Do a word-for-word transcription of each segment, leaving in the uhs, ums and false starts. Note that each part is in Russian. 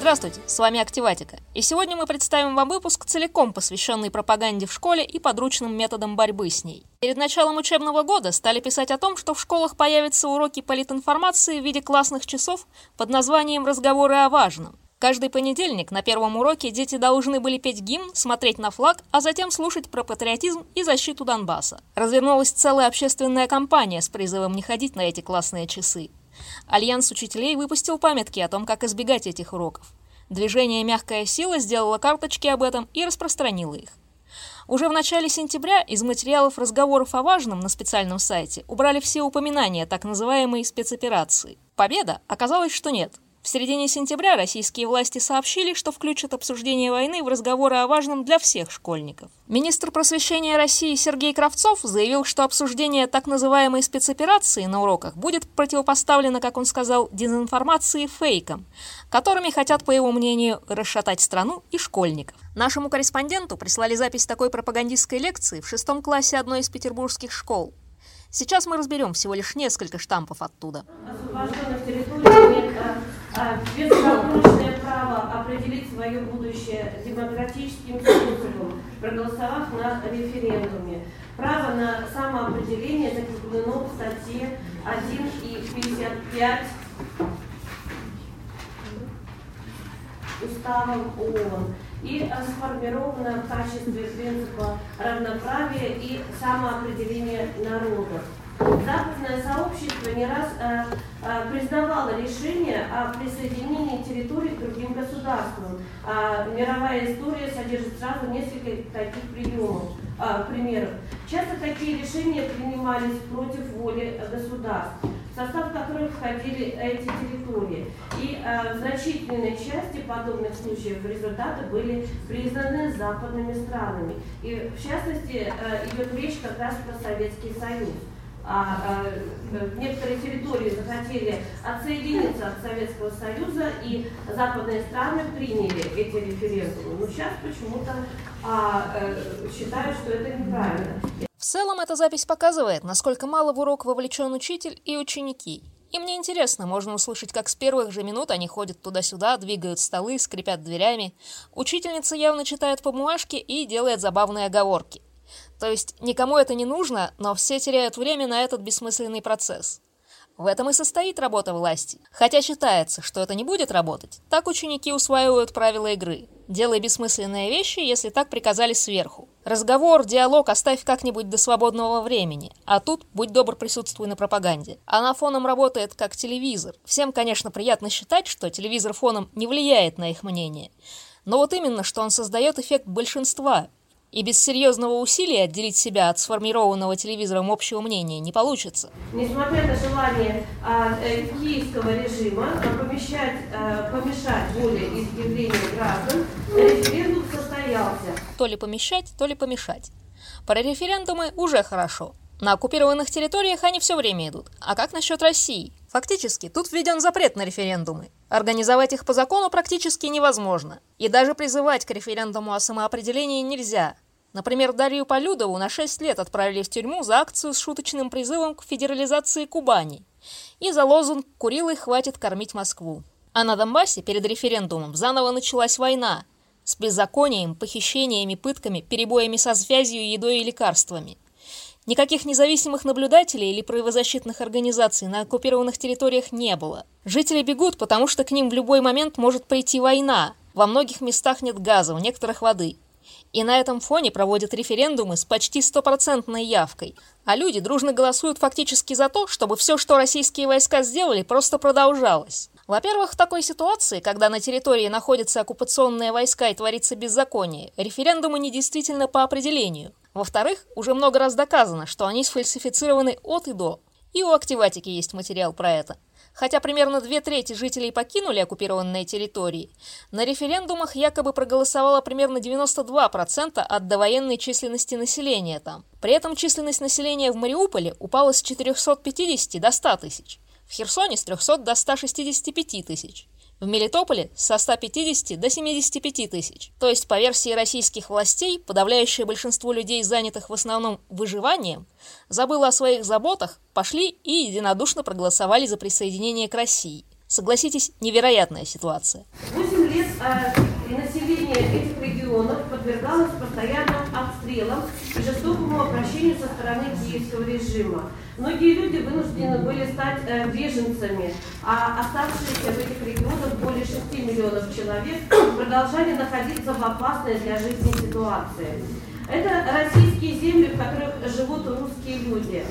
Здравствуйте, с вами Активатика, и сегодня мы представим вам выпуск, целиком посвященный пропаганде в школе и подручным методам борьбы с ней. Перед началом учебного года стали писать о том, что в школах появятся уроки политинформации в виде классных часов под названием «Разговоры о важном». Каждый понедельник на первом уроке дети должны были петь гимн, смотреть на флаг, а затем слушать про патриотизм и защиту Донбасса. Развернулась целая общественная кампания с призывом не ходить на эти классные часы. Альянс учителей выпустил памятки о том, как избегать этих уроков. Движение «Мягкая сила» сделало карточки об этом и распространило их. Уже в начале сентября из материалов разговоров о важном на специальном сайте убрали все упоминания так называемой спецоперации. Победа? Оказалось, что нет. В середине сентября российские власти сообщили, что включат обсуждение войны в разговоры о важном для всех школьников. Министр просвещения России Сергей Кравцов заявил, что обсуждение так называемой спецоперации на уроках будет противопоставлено, как он сказал, дезинформации и фейкам, которыми хотят, по его мнению, расшатать страну и школьников. Нашему корреспонденту прислали запись такой пропагандистской лекции в шестом классе одной из петербургских школ. Сейчас мы разберем всего лишь несколько штампов оттуда. Освобожденных территорий нет безоговорочное право определить свое будущее демократическим способом, проголосовав на референдуме. Право на самоопределение закреплено в статье один и пятьдесят пять Уставом ООН и сформировано в качестве принципа равноправия и самоопределения народов. Западное сообщество не раз э, э, признавало решение о присоединении территорий к другим государствам. А мировая история содержит сразу несколько таких приемов, э, примеров. Часто такие решения принимались против воли государств, в состав которых входили эти территории. И э, в значительной части подобных случаев результаты были признаны западными странами. И в частности э, идет речь как раз про Советский Союз. А, а, некоторые территории захотели отсоединиться от Советского Союза, и западные страны приняли эти референдумы. Но сейчас почему-то а, а, считают, что это неправильно. В целом, эта запись показывает, насколько мало в урок вовлечен учитель и ученики. И мне интересно, можно услышать, как с первых же минут они ходят туда-сюда, двигают столы, скрипят дверями. Учительница явно читает по бумажке и делает забавные оговорки. То есть никому это не нужно, но все теряют время на этот бессмысленный процесс. В этом и состоит работа власти. Хотя считается, что это не будет работать, так ученики усваивают правила игры. Делай бессмысленные вещи, если так приказали сверху. Разговор, диалог оставь как-нибудь до свободного времени, а тут, будь добр, присутствуй на пропаганде. Она фоном работает как телевизор. Всем, конечно, приятно считать, что телевизор фоном не влияет на их мнение. Но вот именно, что он создает эффект большинства. И без серьезного усилия отделить себя от сформированного телевизором общего мнения не получится. Несмотря на желание а, э, киевского режима помещать, а, помешать волеизъявлению граждан, референдум состоялся. То ли помещать, то ли помешать. Про референдумы уже хорошо. На оккупированных территориях они все время идут. А как насчет России? Фактически, тут введен запрет на референдумы. Организовать их по закону практически невозможно. И даже призывать к референдуму о самоопределении нельзя. Например, Дарью Полюдову на шесть лет отправили в тюрьму за акцию с шуточным призывом к федерализации Кубани и за лозунг «Курилой хватит кормить Москву». А на Донбассе перед референдумом заново началась война с беззаконием, похищениями, пытками, перебоями со связью, едой и лекарствами. Никаких независимых наблюдателей или правозащитных организаций на оккупированных территориях не было. Жители бегут, потому что к ним в любой момент может прийти война. Во многих местах нет газа, у некоторых воды. И на этом фоне проводят референдумы с почти стопроцентной явкой. А люди дружно голосуют фактически за то, чтобы все, что российские войска сделали, просто продолжалось. Во-первых, в такой ситуации, когда на территории находятся оккупационные войска и творится беззаконие, референдумы недействительны по определению. Во-вторых, уже много раз доказано, что они сфальсифицированы от и до. И у Активатики есть материал про это. Хотя примерно две трети жителей покинули оккупированные территории, на референдумах якобы проголосовало примерно девяносто два процента от довоенной численности населения там. При этом численность населения в Мариуполе упала с четырехсот пятидесяти до ста тысяч, в Херсоне с трехсот до ста шестидесяти пяти тысяч. В Мелитополе со ста пятидесяти до семидесяти пяти тысяч. То есть, по версии российских властей, подавляющее большинство людей, занятых в основном выживанием, забыло о своих заботах, пошли и единодушно проголосовали за присоединение к России. Согласитесь, невероятная ситуация. Восемь лет и население этих регионов подвергалось постоянным обстрелам и жестокому обращению со стороны киевского режима. Многие люди вынуждены были стать беженцами, а оставшиеся в этих регионах более шести миллионов человек продолжали находиться в опасной для жизни ситуации. Это российские земли, в которых живут русские люди.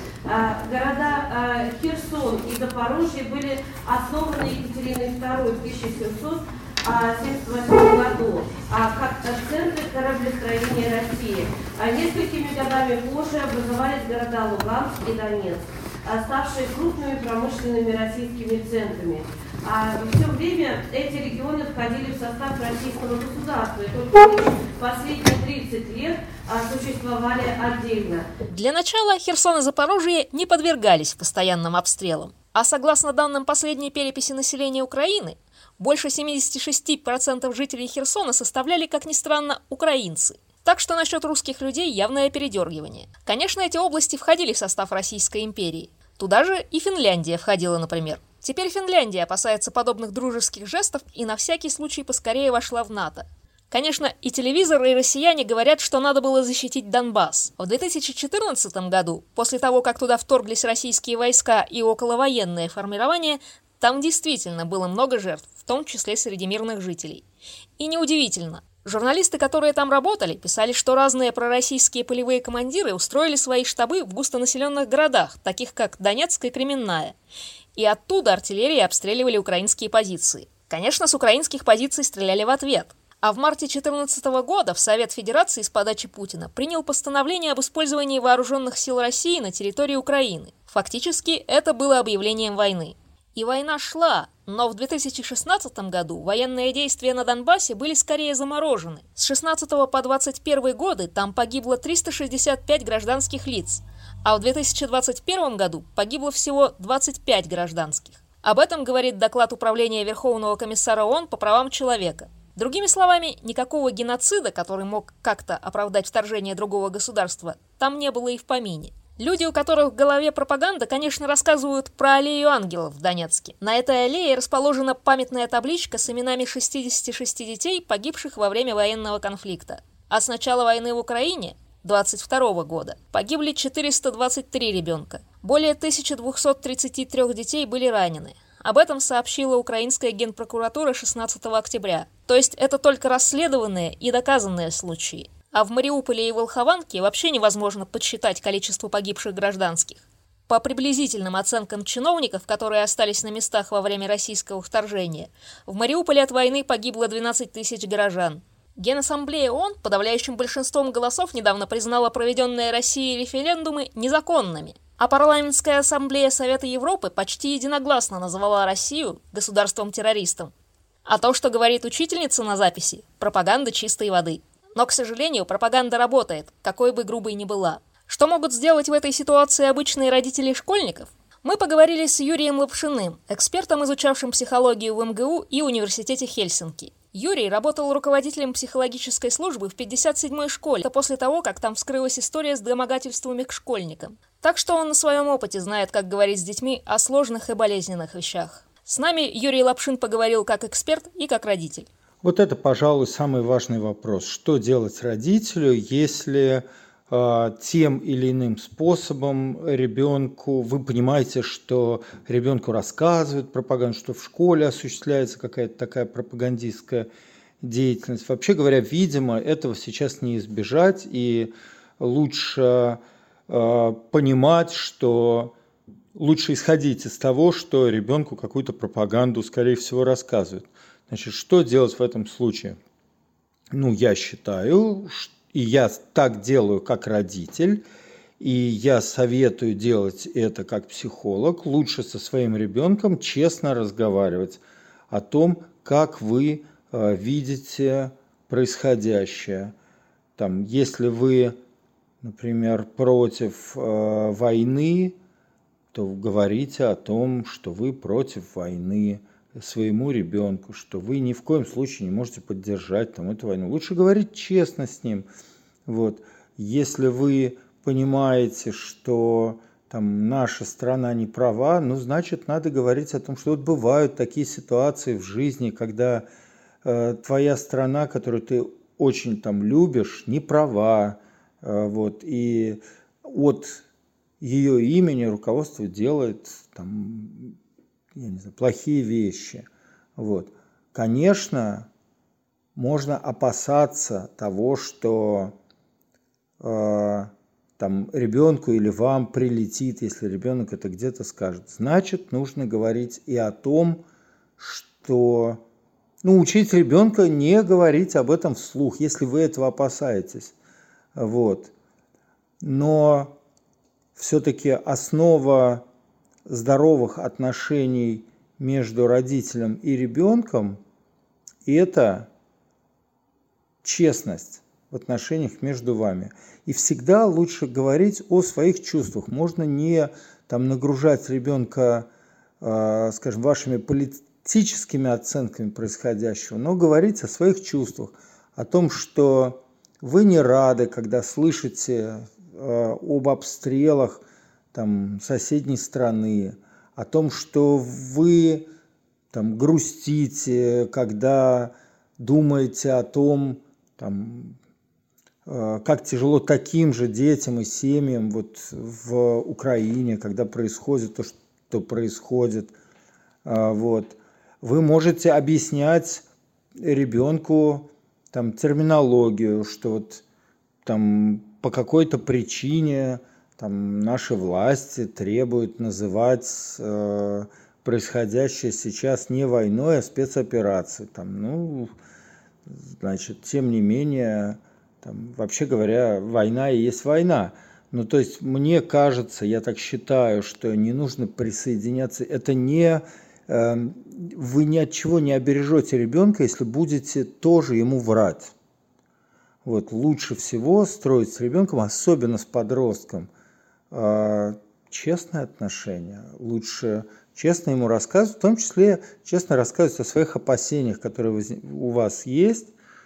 Города Херсон и Запорожье были основаны Екатериной второй в тысяча семьсот семьдесят восьмом году как центры кораблестроения России. Несколькими годами позже образовались города Луганск и Донецк, ставшие крупными промышленными российскими центрами. А все время эти регионы входили в состав российского государства, и только лишь последние тридцать лет существовали отдельно. Для начала Херсон и Запорожье не подвергались постоянным обстрелам. А согласно данным последней переписи населения Украины, больше семьдесят шесть процентов жителей Херсона составляли, как ни странно, украинцы. Так что насчет русских людей явное передергивание. Конечно, эти области входили в состав Российской империи. Туда же и Финляндия входила, например. Теперь Финляндия опасается подобных дружеских жестов и на всякий случай поскорее вошла в НАТО. Конечно, и телевизор, и россияне говорят, что надо было защитить Донбасс. В две тысячи четырнадцатом году, после того, как туда вторглись российские войска и околовоенные формирования, там действительно было много жертв, в том числе среди мирных жителей. И неудивительно. Журналисты, которые там работали, писали, что разные пророссийские полевые командиры устроили свои штабы в густонаселенных городах, таких как Донецк и Кременная. И оттуда артиллерии обстреливали украинские позиции. Конечно, с украинских позиций стреляли в ответ. А в марте две тысячи четырнадцатого года в Совет Федерации с подачи Путина принял постановление об использовании вооруженных сил России на территории Украины. Фактически, это было объявлением войны. И война шла, но в две тысячи шестнадцатом году военные действия на Донбассе были скорее заморожены. С шестнадцатого по двадцать первый годы там погибло триста шестьдесят пять гражданских лиц, а в две тысячи двадцать первом году погибло всего двадцать пять гражданских. Об этом говорит доклад Управления Верховного комиссара ООН по правам человека. Другими словами, никакого геноцида, который мог как-то оправдать вторжение другого государства, там не было и в помине. Люди, у которых в голове пропаганда, конечно, рассказывают про аллею ангелов в Донецке. На этой аллее расположена памятная табличка с именами шестидесяти шести детей, погибших во время военного конфликта. А с начала войны в Украине, двадцать второго года, погибли четыреста двадцать три ребенка. Более тысяча двести тридцать три детей были ранены. Об этом сообщила украинская генпрокуратура шестнадцатого октября. То есть это только расследованные и доказанные случаи. А в Мариуполе и Волхованке вообще невозможно подсчитать количество погибших гражданских. По приблизительным оценкам чиновников, которые остались на местах во время российского вторжения, в Мариуполе от войны погибло двенадцать тысяч горожан. Генассамблея ООН подавляющим большинством голосов недавно признала проведенные Россией референдумы незаконными. А парламентская ассамблея Совета Европы почти единогласно назвала Россию государством-террористом. А то, что говорит учительница на записи, пропаганда чистой воды. Но, к сожалению, пропаганда работает, какой бы грубой ни была. Что могут сделать в этой ситуации обычные родители школьников? Мы поговорили с Юрием Лапшиным, экспертом, изучавшим психологию в эм гэ у и Университете Хельсинки. Юрий работал руководителем психологической службы в пятьдесят седьмой школе, это после того, как там вскрылась история с домогательствами к школьникам. Так что он на своем опыте знает, как говорить с детьми о сложных и болезненных вещах. С нами Юрий Лапшин поговорил как эксперт и как родитель. Вот это, пожалуй, самый важный вопрос. Что делать родителю, если э, тем или иным способом ребенку, вы понимаете, что ребенку рассказывают пропаганду, что в школе осуществляется какая-то такая пропагандистская деятельность. Вообще говоря, видимо, этого сейчас не избежать, и лучше э, понимать, что лучше исходить из того, что ребенку какую-то пропаганду, скорее всего, рассказывают. Значит, что делать в этом случае? Ну, я считаю, и я так делаю как родитель, и я советую делать это как психолог, лучше со своим ребенком честно разговаривать о том, как вы э, видите происходящее. Там, если вы, например, против э, войны, то говорите о том, что вы против войны своему ребенку, что вы ни в коем случае не можете поддержать там, эту войну. Лучше говорить честно с ним. Вот. Если вы понимаете, что там, наша страна не права, ну, значит, надо говорить о том, что вот бывают такие ситуации в жизни, когда э, твоя страна, которую ты очень там любишь, не права, э, вот, и от ее имени руководство делает там, я не знаю, плохие вещи. Вот. Конечно, можно опасаться того, что э, там ребенку или вам прилетит, если ребенок это где-то скажет. Значит, нужно говорить и о том, что... Ну, учить ребенка не говорить об этом вслух, если вы этого опасаетесь. Вот. Но все-таки основа здоровых отношений между родителем и ребенком – это честность в отношениях между вами. И всегда лучше говорить о своих чувствах. Можно не там, нагружать ребенка, э, скажем, вашими политическими оценками происходящего, но говорить о своих чувствах, о том, что вы не рады, когда слышите э, об обстрелах там, соседней страны, о том, что вы там, грустите, когда думаете о том, там, э, как тяжело таким же детям и семьям вот, в Украине, когда происходит то, что происходит. Э, вот. Вы можете объяснять ребенку там, терминологию, что вот, там, по какой-то причине там, наши власти требуют называть э, происходящее сейчас не войной, а спецоперацией. Там, ну, значит, тем не менее, там, вообще говоря, война и есть война. Ну, то есть, мне кажется, я так считаю, что не нужно присоединяться. Это не... Э, вы ни от чего не обережете ребенка, если будете тоже ему врать. Вот, лучше всего строить с ребенком, особенно с подростком, э, честные отношения. Лучше честно ему рассказывать, в том числе честно рассказывать о своих опасениях, которые у вас есть,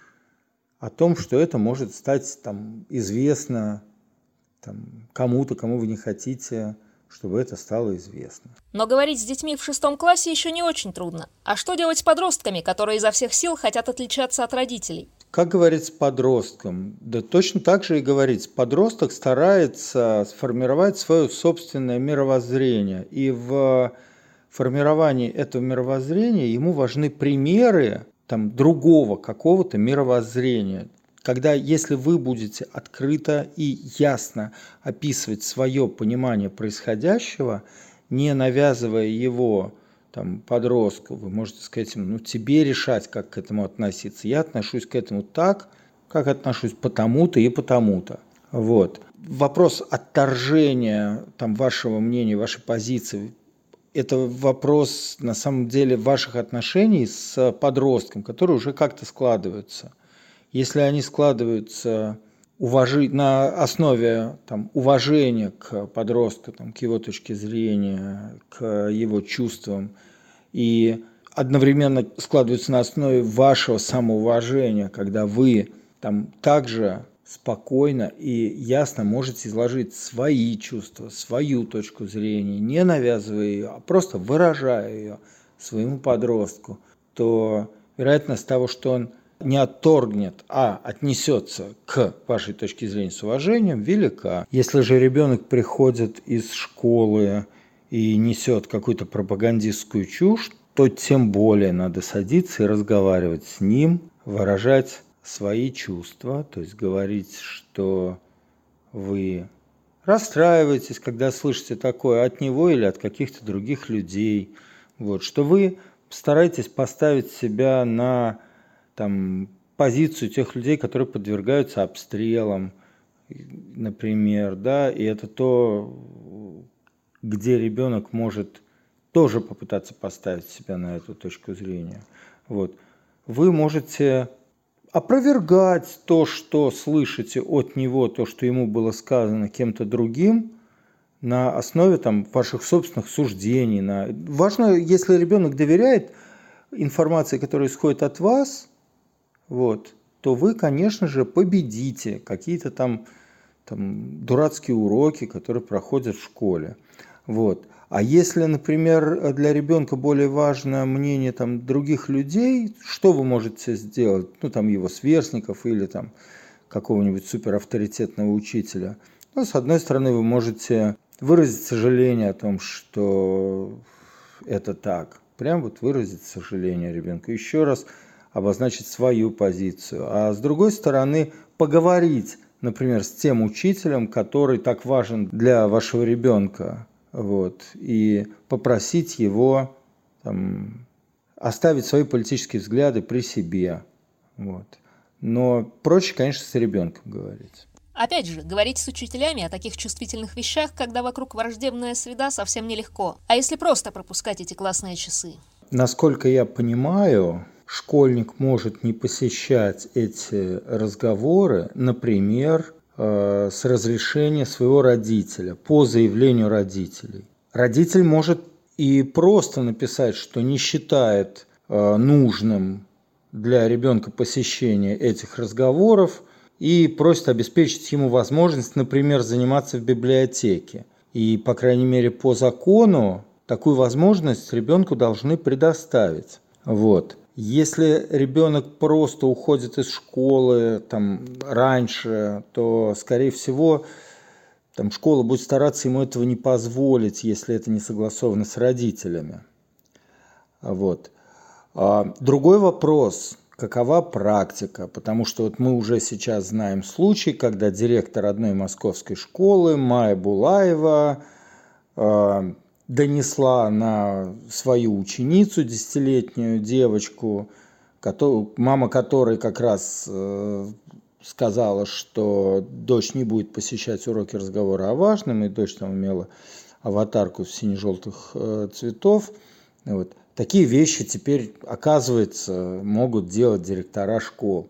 о том, что это может стать там, известно там, кому-то, кому вы не хотите, чтобы это стало известно. Но говорить с детьми в шестом классе еще не очень трудно. А что делать с подростками, которые изо всех сил хотят отличаться от родителей? Как говорить с подростком? Да точно так же и говорить. Подросток старается сформировать свое собственное мировоззрение. И в формировании этого мировоззрения ему важны примеры там, другого какого-то мировоззрения. Когда, если вы будете открыто и ясно описывать свое понимание происходящего, не навязывая его там, подростку, вы можете сказать ему, ну тебе решать, как к этому относиться. Я отношусь к этому так, как отношусь потому-то и потому-то. Вот. Вопрос отторжения там, вашего мнения, вашей позиции, это вопрос на самом деле ваших отношений с подростком, которые уже как-то складываются. Если они складываются уважи... на основе там, уважения к подростку, там, к его точке зрения, к его чувствам, и одновременно складываются на основе вашего самоуважения, когда вы там, также спокойно и ясно можете изложить свои чувства, свою точку зрения, не навязывая ее, а просто выражая ее своему подростку, то вероятность того, что он не отторгнет, а отнесется к вашей точке зрения с уважением, велика. Если же ребенок приходит из школы и несет какую-то пропагандистскую чушь, то тем более надо садиться и разговаривать с ним, выражать свои чувства, то есть говорить, что вы расстраиваетесь, когда слышите такое от него или от каких-то других людей, вот, что вы стараетесь поставить себя на там, позицию тех людей, которые подвергаются обстрелам, например, да, и это то, где ребенок может тоже попытаться поставить себя на эту точку зрения. Вот. Вы можете опровергать то, что слышите от него, то, что ему было сказано кем-то другим, на основе там, ваших собственных суждений. На... Важно, если ребенок доверяет информации, которая исходит от вас, вот, то вы, конечно же, победите какие-то там, там дурацкие уроки, которые проходят в школе. Вот. А если, например, для ребенка более важно мнение там, других людей, что вы можете сделать? Ну, там его сверстников или там какого-нибудь суперавторитетного учителя. Ну, с одной стороны, вы можете выразить сожаление о том, что это так. Прям вот выразить сожаление ребенку. Еще раз обозначить свою позицию. А с другой стороны, поговорить, например, с тем учителем, который так важен для вашего ребенка. Вот, и попросить его там, оставить свои политические взгляды при себе. Вот. Но проще, конечно, с ребенком говорить. Опять же, говорить с учителями о таких чувствительных вещах, когда вокруг враждебная среда, совсем нелегко. А если просто пропускать эти классные часы? Насколько я понимаю, школьник может не посещать эти разговоры, например, с разрешения своего родителя, по заявлению родителей. Родитель может и просто написать, что не считает нужным для ребенка посещение этих разговоров и просит обеспечить ему возможность, например, заниматься в библиотеке. И, по крайней мере, по закону такую возможность ребенку должны предоставить. Вот. Если ребенок просто уходит из школы там, раньше, то, скорее всего, там, школа будет стараться ему этого не позволить, если это не согласовано с родителями. Вот. А другой вопрос, какова практика? Потому что вот мы уже сейчас знаем случай, когда директор одной московской школы, Майя Булаева, донесла на свою ученицу, десятилетнюю девочку, мама которой как раз сказала, что дочь не будет посещать уроки разговора о важном, и дочь там имела аватарку сине-желтых цветов. Вот. Такие вещи теперь, оказывается, могут делать директора школ.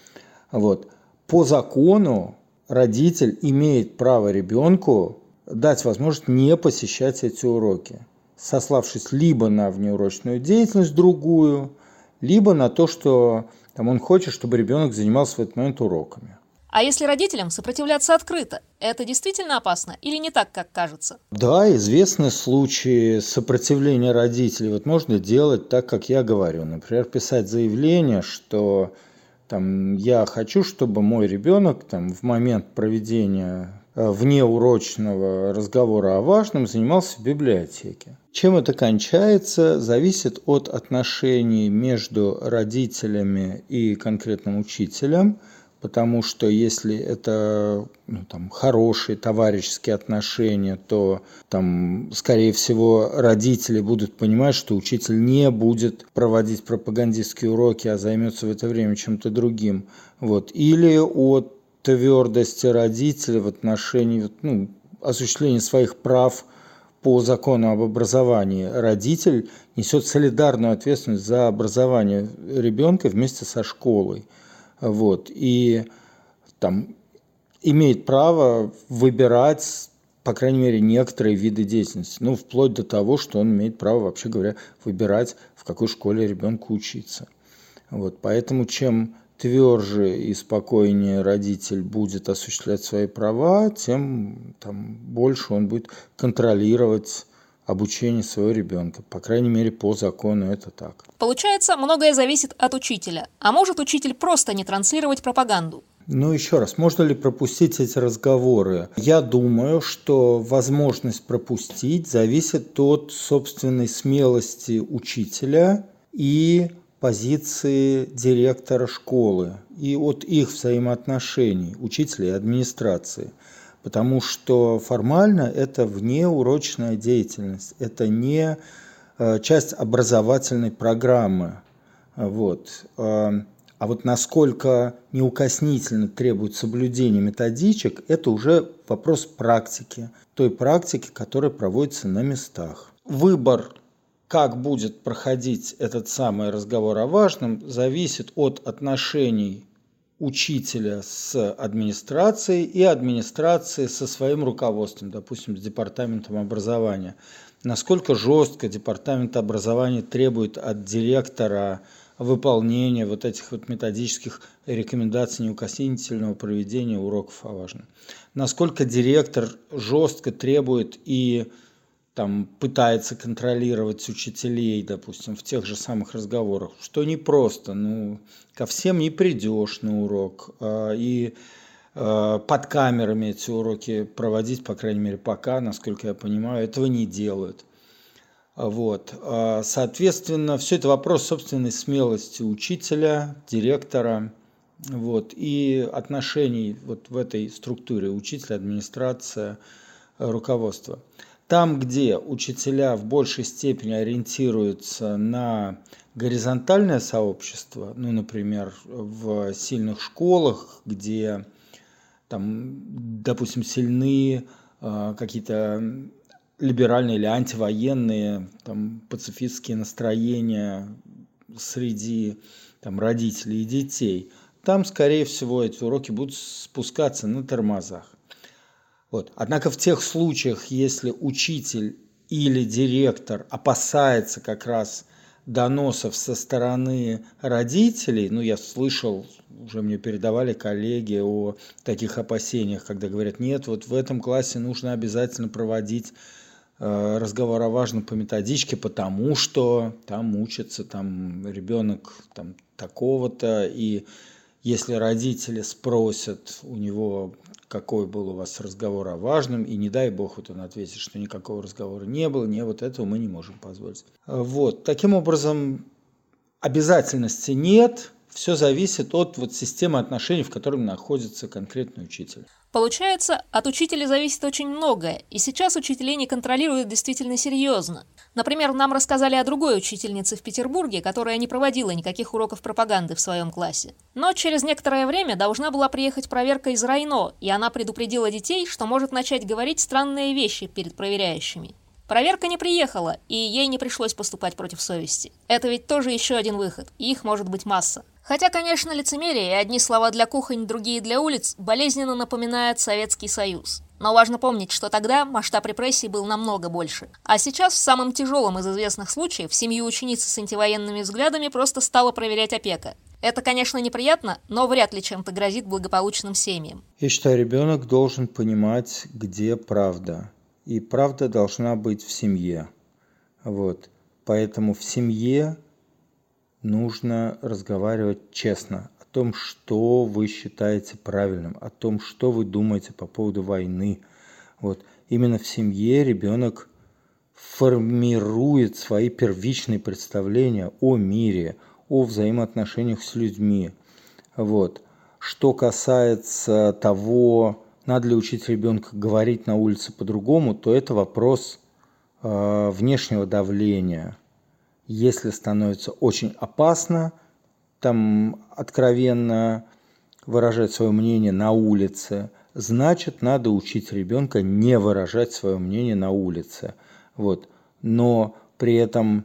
Вот. По закону родитель имеет право ребенку дать возможность не посещать эти уроки, сославшись либо на внеурочную деятельность другую, либо на то, что там, он хочет, чтобы ребенок занимался в этот момент уроками. А если родителям сопротивляться открыто, это действительно опасно или не так, как кажется? Да, известны случаи сопротивления родителей. Вот можно делать так, как я говорю. Например, писать заявление, что там, я хочу, чтобы мой ребенок там, в момент проведения внеурочного разговора о важном занимался в библиотеке. Чем это кончается, зависит от отношений между родителями и конкретным учителем, потому что если это ну, там, хорошие товарищеские отношения, то там, скорее всего, родители будут понимать, что учитель не будет проводить пропагандистские уроки, а займется в это время чем-то другим. Вот. Или от твердости родителей в отношении ну, осуществления своих прав по закону об образовании. Родитель несет солидарную ответственность за образование ребенка вместе со школой. Вот. И там, имеет право выбирать, по крайней мере, некоторые виды деятельности. Ну, вплоть до того, что он имеет право, вообще говоря, выбирать, в какой школе ребенку учиться. Вот. Поэтому чем тверже и спокойнее родитель будет осуществлять свои права, тем там, больше он будет контролировать обучение своего ребенка. По крайней мере, по закону это так. Получается, многое зависит от учителя. А может учитель просто не транслировать пропаганду? Ну, еще раз, можно ли пропустить эти разговоры? Я думаю, что возможность пропустить зависит от собственной смелости учителя и позиции директора школы и от их взаимоотношений, учителя и администрации. Потому что формально это внеурочная деятельность, это не часть образовательной программы. Вот. А вот насколько неукоснительно требует соблюдения методичек, это уже вопрос практики, той практики, которая проводится на местах. Выбор, как будет проходить этот самый разговор о важном, зависит от отношений учителя с администрацией и администрации со своим руководством, допустим, с департаментом образования. Насколько жестко департамент образования требует от директора выполнения вот этих вот методических рекомендаций неукоснительного проведения уроков о важном. Насколько директор жестко требует и там пытается контролировать учителей, допустим, в тех же самых разговорах, что непросто, ну, ко всем не придешь на урок, и под камерами эти уроки проводить, по крайней мере, пока, насколько я понимаю, этого не делают. Вот. Соответственно, все это вопрос собственной смелости учителя, директора, вот, и отношений вот в этой структуре учителя, администрация, руководство. Там, где учителя в большей степени ориентируются на горизонтальное сообщество, ну, например, в сильных школах, где, там, допустим, сильны э, какие-то либеральные или антивоенные, там, пацифистские настроения среди там, родителей и детей, там, скорее всего, эти уроки будут спускаться на тормозах. Вот. Однако в тех случаях, если учитель или директор опасается как раз доносов со стороны родителей, ну, я слышал, уже мне передавали коллеги о таких опасениях, когда говорят, нет, вот в этом классе нужно обязательно проводить э, разговор о важном по методичке, потому что там учится там, ребенок там, такого-то, и если родители спросят у него, какой был у вас разговор о важном, и не дай бог вот он ответит, что никакого разговора не было, не, вот этого мы не можем позволить. Вот. Таким образом, обязательности нет, все зависит от вот, системы отношений, в которой находится конкретный учитель. Получается, от учителя зависит очень многое, и сейчас учителей не контролируют действительно серьезно. Например, нам рассказали о другой учительнице в Петербурге, которая не проводила никаких уроков пропаганды в своем классе. Но через некоторое время должна была приехать проверка из райно, и она предупредила детей, что может начать говорить странные вещи перед проверяющими. Проверка не приехала, и ей не пришлось поступать против совести. Это ведь тоже еще один выход, и их может быть масса. Хотя, конечно, лицемерие и одни слова для кухонь, другие для улиц болезненно напоминают Советский Союз. Но важно помнить, что тогда масштаб репрессий был намного больше. А сейчас в самом тяжелом из известных случаев семью ученицы с антивоенными взглядами просто стала проверять опека. Это, конечно, неприятно, но вряд ли чем-то грозит благополучным семьям. Я считаю, ребенок должен понимать, где правда. И правда должна быть в семье. Вот. Поэтому в семье нужно разговаривать честно о том, что вы считаете правильным, о том, что вы думаете по поводу войны. Вот. Именно в семье ребенок формирует свои первичные представления о мире, о взаимоотношениях с людьми. Вот. Что касается того, надо ли учить ребенка говорить на улице по-другому, то это вопрос э, внешнего давления. Если становится очень опасно, там откровенно выражать свое мнение на улице, значит, надо учить ребенка не выражать свое мнение на улице. Вот. Но при этом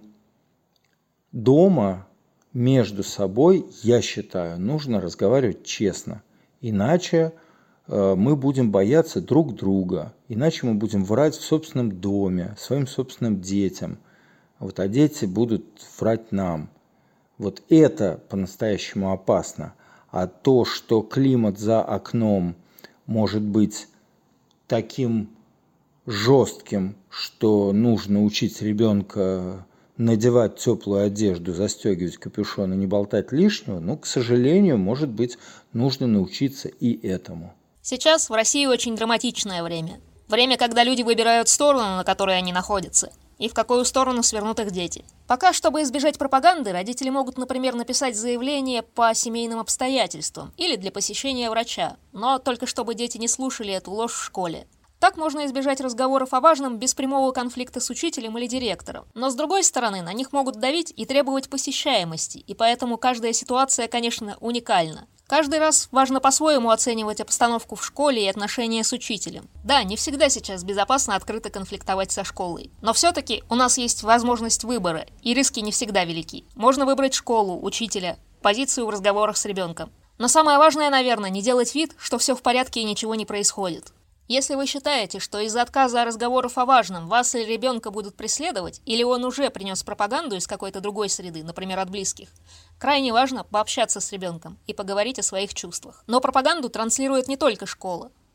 дома между собой, я считаю, нужно разговаривать честно. Иначе э, мы будем бояться друг друга, иначе мы будем врать в собственном доме, своим собственным детям. Вот, а дети будут врать нам. Вот это по-настоящему опасно. А то, что климат за окном может быть таким жестким, что нужно учить ребенка надевать теплую одежду, застегивать капюшон и не болтать лишнего, ну, к сожалению, может быть, нужно научиться и этому. Сейчас в России очень драматичное время. Время, когда люди выбирают сторону, на которой они находятся, и в какую сторону свернут их дети. Пока, чтобы избежать пропаганды, родители могут, например, написать заявление по семейным обстоятельствам или для посещения врача, но только чтобы дети не слушали эту ложь в школе. Так можно избежать разговоров о важном без прямого конфликта с учителем или директором. Но с другой стороны, на них могут давить и требовать посещаемости, и поэтому каждая ситуация, конечно, уникальна. Каждый раз важно по-своему оценивать обстановку в школе и отношения с учителем. Да, не всегда сейчас безопасно открыто конфликтовать со школой. Но все-таки у нас есть возможность выбора, и риски не всегда велики. Можно выбрать школу, учителя, позицию в разговорах с ребенком. Но самое важное, наверное, не делать вид, что все в порядке и ничего не происходит. Если вы считаете, что из-за отказа от разговоров о важном вас или ребенка будут преследовать, или он уже принес пропаганду из какой-то другой среды, например, от близких, крайне важно пообщаться с ребенком и поговорить о своих чувствах. Но пропаганду транслирует не только школа.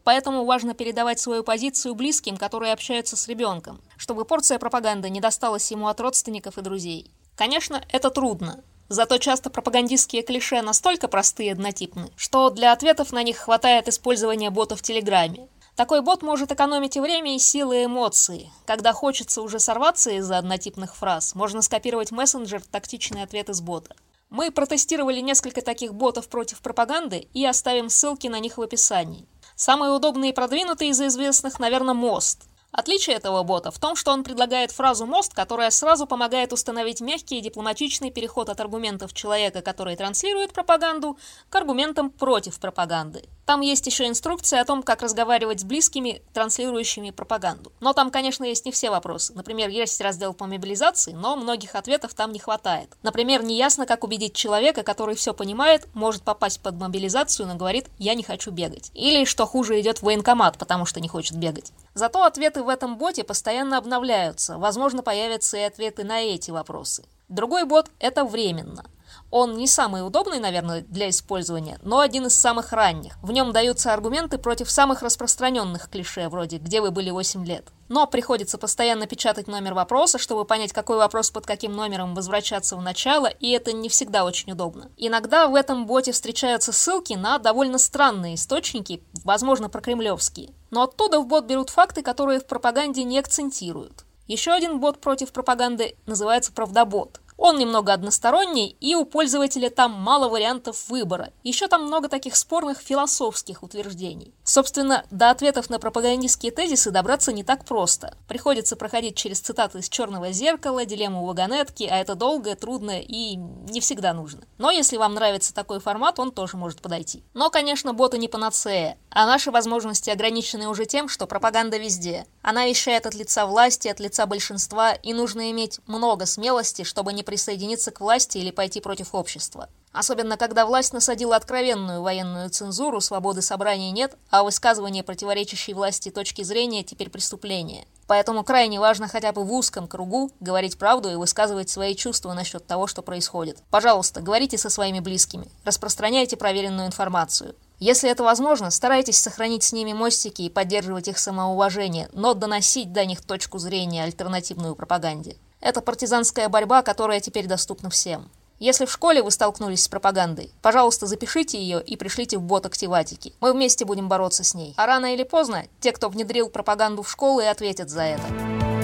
Поэтому важно передавать свою позицию близким, которые общаются с ребенком, чтобы порция пропаганды не досталась ему от родственников и друзей. Конечно, это трудно. Зато часто пропагандистские клише настолько простые и однотипны, что для ответов на них хватает использования бота в Телеграме. Такой бот может экономить и время, и силы, и эмоции. Когда хочется уже сорваться из-за однотипных фраз, можно скопировать мессенджер «Тактичный ответ» из бота. Мы протестировали несколько таких ботов против пропаганды и оставим ссылки на них в описании. Самый удобный и продвинутый из известных, наверное, Мост. Отличие этого бота в том, что он предлагает фразу «мост», которая сразу помогает установить мягкий и дипломатичный переход от аргументов человека, который транслирует пропаганду, к аргументам против пропаганды. Там есть еще инструкция о том, как разговаривать с близкими, транслирующими пропаганду. Но там, конечно, есть не все вопросы. Например, есть раздел по мобилизации, но многих ответов там не хватает. Например, неясно, как убедить человека, который все понимает, может попасть под мобилизацию, но говорит «я не хочу бегать». Или, что хуже, идет в военкомат, потому что не хочет бегать. Зато ответы в этом боте постоянно обновляются. Возможно, появятся и ответы на эти вопросы. Другой бот – это временно. Он не самый удобный, наверное, для использования, но один из самых ранних. В нем даются аргументы против самых распространенных клише, вроде «где вы были восемь лет?». Но приходится постоянно печатать номер вопроса, чтобы понять, какой вопрос под каким номером возвращаться в начало, и это не всегда очень удобно. Иногда в этом боте встречаются ссылки на довольно странные источники, возможно, прокремлевские. Но оттуда в бот берут факты, которые в пропаганде не акцентируют. Еще один бот против пропаганды называется «Правдобот». Он немного односторонний, и у пользователя там мало вариантов выбора. Еще там много таких спорных философских утверждений. Собственно, до ответов на пропагандистские тезисы добраться не так просто. Приходится проходить через цитаты из «Черного зеркала», «Дилемму вагонетки», а это долго, трудно и не всегда нужно. Но если вам нравится такой формат, он тоже может подойти. Но, конечно, боты не панацея, а наши возможности ограничены уже тем, что пропаганда везде. Она вещает от лица власти, от лица большинства, и нужно иметь много смелости, чтобы не присоединиться к власти или пойти против общества. Особенно, когда власть насадила откровенную военную цензуру, свободы собраний нет, а высказывание противоречащей власти точки зрения теперь преступление. Поэтому крайне важно хотя бы в узком кругу говорить правду и высказывать свои чувства насчет того, что происходит. Пожалуйста, говорите со своими близкими, распространяйте проверенную информацию. Если это возможно, старайтесь сохранить с ними мостики и поддерживать их самоуважение, но доносить до них точку зрения, альтернативную пропаганде. Это партизанская борьба, которая теперь доступна всем. Если в школе вы столкнулись с пропагандой, пожалуйста, запишите ее и пришлите в бот Активатики. Мы вместе будем бороться с ней. А рано или поздно те, кто внедрил пропаганду в школы, ответят за это.